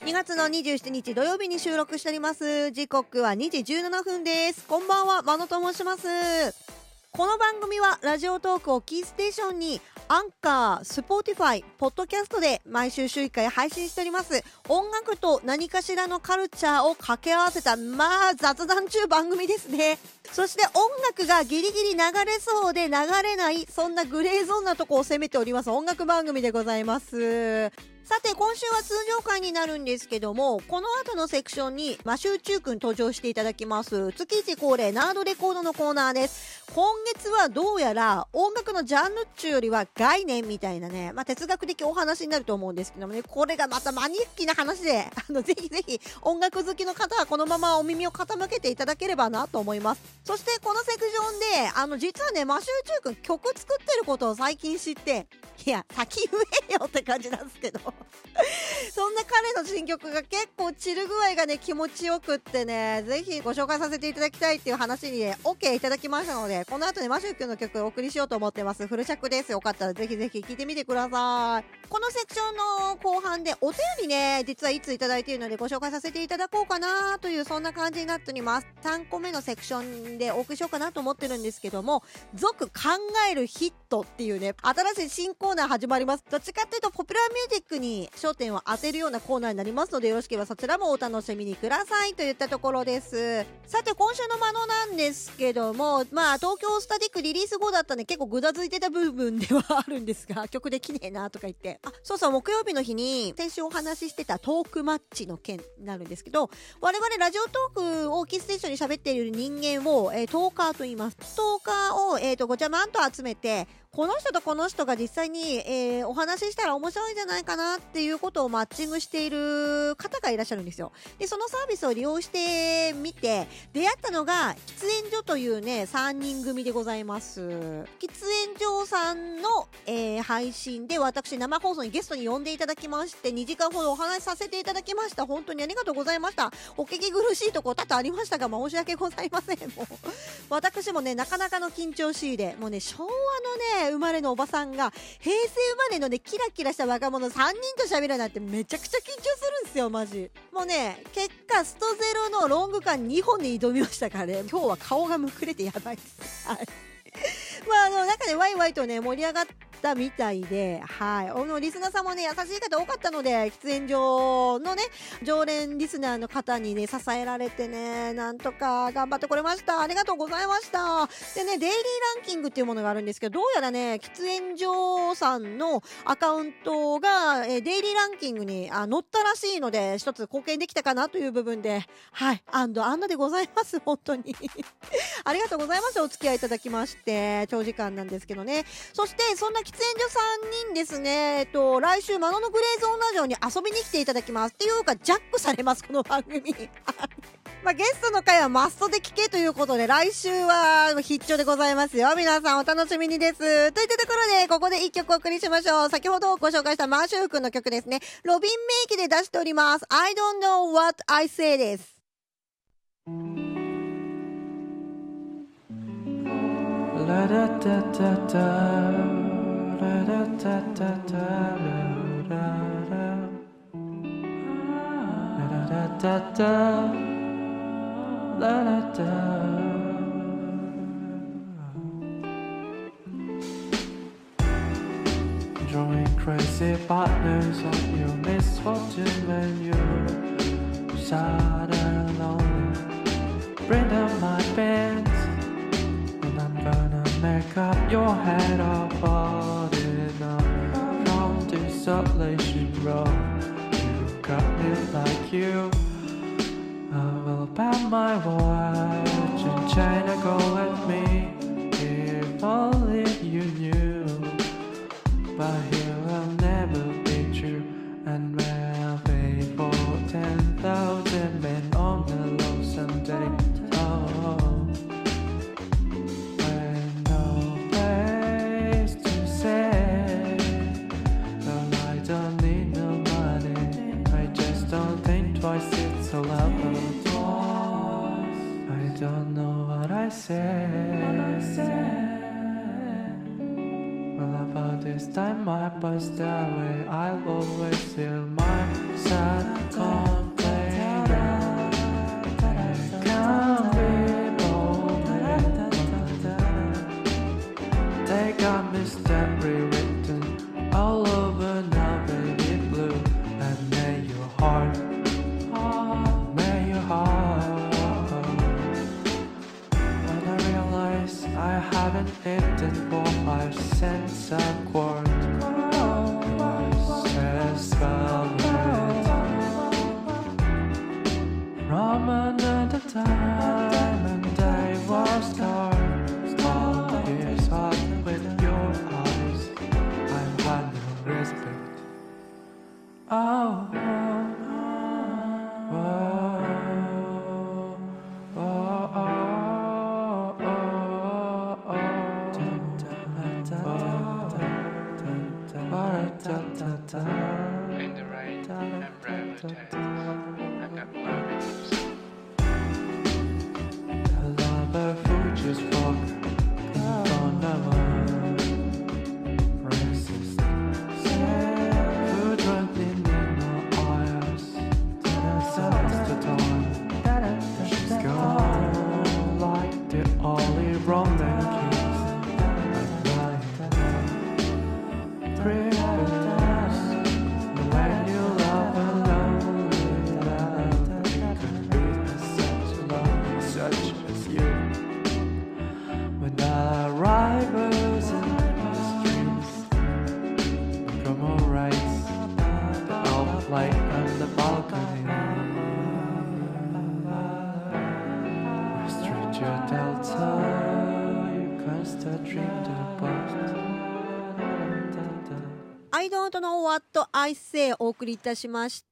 2月の27日土曜日に収録しております。時刻は2時17分です。こんばんは、まのと申します。この番組はラジオトークをキーステーションにアンカー、スポーティファイ、ポッドキャストで毎週週1回配信しております。音楽と何かしらのカルチャーを掛け合わせた雑談中番組ですね。そして音楽がギリギリ流れそうで流れない、そんなグレーゾーンなとこを攻めております音楽番組でございます。さて今週は通常回になるんですけども、この後のセクションにマシューチュー君登場していただきます。月一恒例ナードレコードのコーナーです。今月はどうやら音楽のジャンルっちゅうよりは概念みたいなね、哲学的お話になると思うんですけどもね、これがまたマニアッキーな話で、ぜひぜひ音楽好きの方はこのままお耳を傾けていただければなと思います。そしてこのセクションで実はね、マシューチュー君曲作ってることを最近知って、いや先言えよって感じなんですけどそんな彼の新曲が結構チル具合がね気持ちよくってね、ぜひご紹介させていただきたいっていう話にね OK いただきましたので、この後ねマシュー君の曲をお送りしようと思ってます。フル尺です。よかったらぜひぜひ聴いてみてください。このセクションの後半でお便りね、実はいついただいているのでご紹介させていただこうかなという、そんな感じになっております。3個目のセクションでお送りしようかなと思ってるんですけども、続考えるヒットっていうね、新しい新コーナー始まります。どっちかっていうとポピュラーミュージックに焦点を当てるようなコーナーになりますので、よろしければそちらもお楽しみにくださいといったところです。さて今週のマノなんですけども、東京スタティックリリース後だったんで結構グダついてた部分ではあるんですが、曲できねえなとか言って、そうそう、木曜日の日に先週お話ししてたトークマッチの件になるんですけど、我々ラジオトークをキーステーションに喋っている人間を、トーカーと言います。トーカーを、ごちゃまんと集めて、この人とこの人が実際に、お話ししたら面白いんじゃないかなっていうことをマッチングしている方がいらっしゃるんですよ。でそのサービスを利用してみて出会ったのが喫煙所というね3人組でございます。喫煙所さんの、配信で私生放送にゲストに呼んでいただきまして、2時間ほどお話しさせていただきました。本当にありがとうございました。お聞き苦しいところ多々ありましたが、申し訳ございません。もう私もねなかなかの緊張しいで、もうね昭和のね生まれのおばさんが平成生まれのねキラキラした若者3人と喋るなんてめちゃくちゃ緊張するんですよマジ。もうね結果ストゼロのロング缶2本に挑みましたからね、今日は顔がむくれてやばいです。はい中でワイワイとね盛り上がったみたいで、リスナーさんもね優しい方多かったので、喫煙所のね常連リスナーの方にね支えられてね、なんとか頑張ってこれました。ありがとうございました。でね、デイリーランキングっていうものがあるんですけど、どうやらね喫煙所さんのアカウントが、デイリーランキングに載ったらしいので、一つ貢献できたかなという部分で、アンナでございます。本当にありがとうございます。お付き合いいただきまして長時間なんですけどね。そしてそんな喫煙所3人ですね、来週マノのグレーゾーンラジオに遊びに来ていただきます。っていうかジャックされます、この番組ゲストの回はマストで聞けということで、来週は必聴でございますよ。皆さんお楽しみにです。といったところでここで1曲お送りしましょう。先ほどご紹介したマーシュー君の曲ですね。ロビン名義で出しております。I don't know what I say です。ララタタタララタタタララタタララタ。 Drawing crazy partners of your misfortune when you're sad and lonely. Bring down my pants and I'm gonna make up your head up enough from desolation road. You got me like you. I will ban my watch and China go with me. If only you knew, but here will never be true. And when I pay for 10,000 men on the low someday. Don't know what I said. Well, but this time I passed away. I'll always feel my sad complaining. Can't be bothered. They got me rewritten all over now, baby blue. And may your heart, may your heart. When I realize I haven't eaten for 5 cents a quart, says velvet. From another time and day was dark. All is hot with your eyes. I've had no respect. Oh, In the rain and rabbit tails, I got worries. a lover who just walked in front of us. Racist, food running in our eyes. That's the time. She's gone like the only Roman kings. I'm lying. When you love alone, it could be such love, such as you. When the rivals and the streams become alright, the elf light on the balcony. Stranger Delta, you can't start dream the past. I don't know what I say お送りいたしました。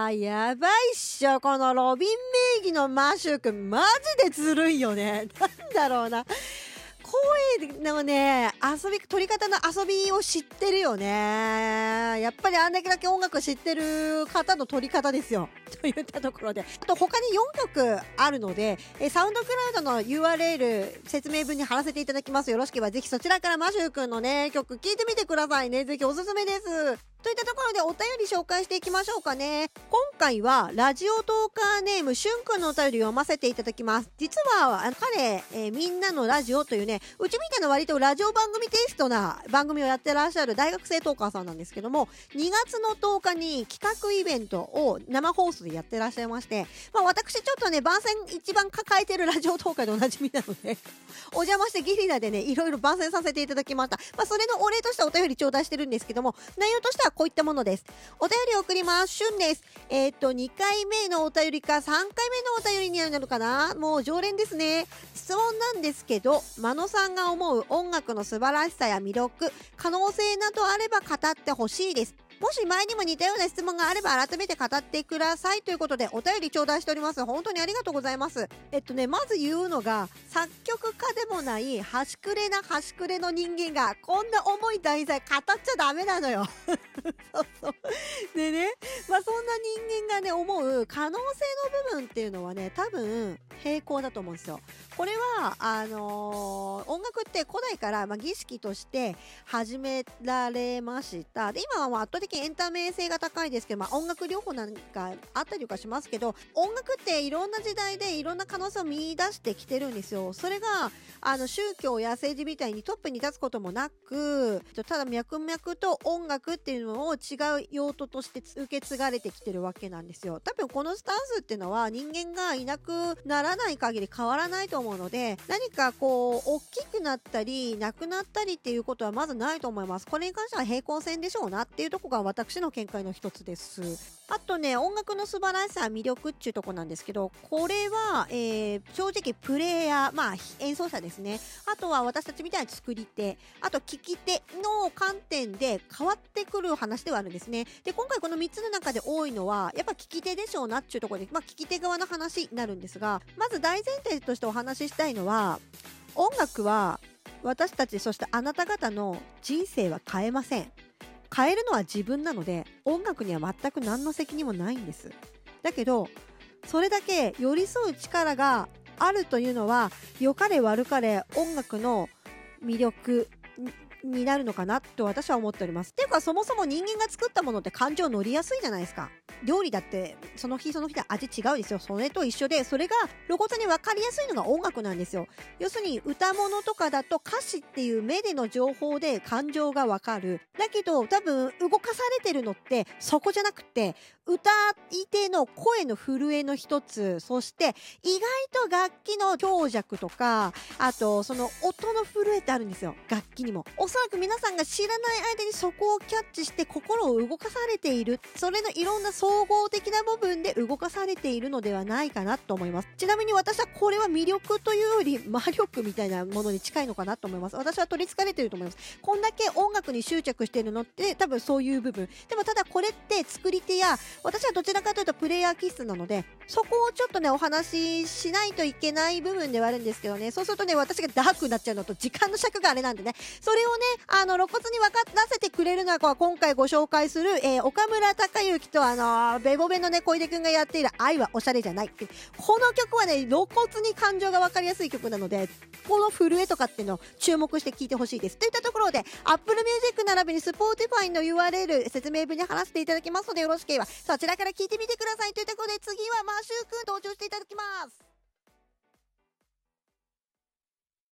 やばいっしょ、このロビン名義のマシュー君マジでずるいよね。なんだろうな、声のね取り方の遊びを知ってるよね。やっぱりあんだけ音楽知ってる方の取り方ですよといったところで、あと他に4曲あるのでサウンドクラウドの URL 説明文に貼らせていただきます。よろしければぜひそちらからマシュー君のね曲聴いてみてくださいね。ぜひおすすめです。といったところでお便り紹介していきましょうかね。今回はラジオトーカーネームしゅんくんのお便りを読ませていただきます。実は彼、みんなのラジオというね、うちみたいな割とラジオ番組テイストな番組をやってらっしゃる大学生トーカーさんなんですけども、2月の10日に企画イベントを生放送でやってらっしゃいまして、私ちょっとね番宣一番抱えてるラジオトーカーでおなじみなのでお邪魔してゲリラでねいろいろ番宣させていただきました。それのお礼としてお便り頂戴してるんですけども、内容としてはこういったものです。お便りを送ります。しゅんです。2回目のお便りか3回目のお便りになるのかな、もう常連ですね。質問なんですけど、真野さんが思う音楽の素晴らしさや魅力、可能性などあれば語ってほしいです。もし前にも似たような質問があれば改めて語ってくださいということでお便り頂戴しております。本当にありがとうございます。まず言うのが、作曲家でもない端くれの人間がこんな重い題材語っちゃダメなのよそうでね、そんな人間がね思う可能性の部分っていうのはね、多分平行だと思うんですよ。これは音楽って古代から、儀式として始められました。で今はもう圧倒的にエンタメ性が高いですけど、音楽療法なんかあったりとかしますけど、音楽っていろんな時代でいろんな可能性を見出してきてるんですよ。それが宗教や政治みたいにトップに立つこともなく、ただ脈々と音楽っていうのを違う用途として受け継がれてきてるわけなんですよ。多分このスタンスっていうのは人間がいなくならない限り変わらないと思うので、何かこう大きくなったりなくなったりっていうことはまずないと思います。これに関しては平行線でしょうなっていうところが私の見解の一つです。あとね、音楽の素晴らしさ魅力っていうところなんですけど、これは、正直プレイヤー、演奏者ですね、あとは私たちみたいな作り手、あと聞き手の観点で変わってくる話ではあるんですね。で今回この3つの中で多いのはやっぱ聞き手でしょうなっていうところで、聞き手側の話になるんですが、まず大前提としてお話ししたいのは、音楽は私たち、そしてあなた方の人生は変えません。変えるのは自分なので、音楽には全く何の責任もないんです。だけどそれだけ寄り添う力があるというのは、良かれ悪かれ音楽の魅力になるのかなと私は思っております。っていうか、そもそも人間が作ったものって感情乗りやすいじゃないですか。料理だってその日その日で味違うですよ。それと一緒で、それが露骨に分かりやすいのが音楽なんですよ。要するに歌物とかだと歌詞っていう目での情報で感情が分かる。だけど多分動かされてるのってそこじゃなくて、歌い手の声の震えの一つ、そして意外と楽器の強弱とか、あとその音の震えってあるんですよ、楽器にも。おそらく皆さんが知らない間にそこをキャッチして心を動かされている、それのいろんな総合的な部分で動かされているのではないかなと思います。ちなみに私はこれは魅力というより魔力みたいなものに近いのかなと思います。私は取り憑かれていると思います。こんだけ音楽に執着しているのって多分そういう部分でも、ただこれって作り手や私はどちらかというとプレイヤー気質なので、そこをちょっとねお話ししないといけない部分ではあるんですけどね。そうするとね、私がダークになっちゃうのと時間の尺があれなんでね、それをね露骨に分からせてくれるのは今回ご紹介する、岡村隆之とベボベのね小出くんがやっている愛はおしゃれじゃないっていう、この曲はね露骨に感情が分かりやすい曲なので、この震えとかっていうのを注目して聴いてほしいです。といったところで Apple Music 並びに Spotify の URL 説明文に貼らせていただきますので、よろしければそちらから聴いてみてください。といったところで次はマシューくん登場していただきます。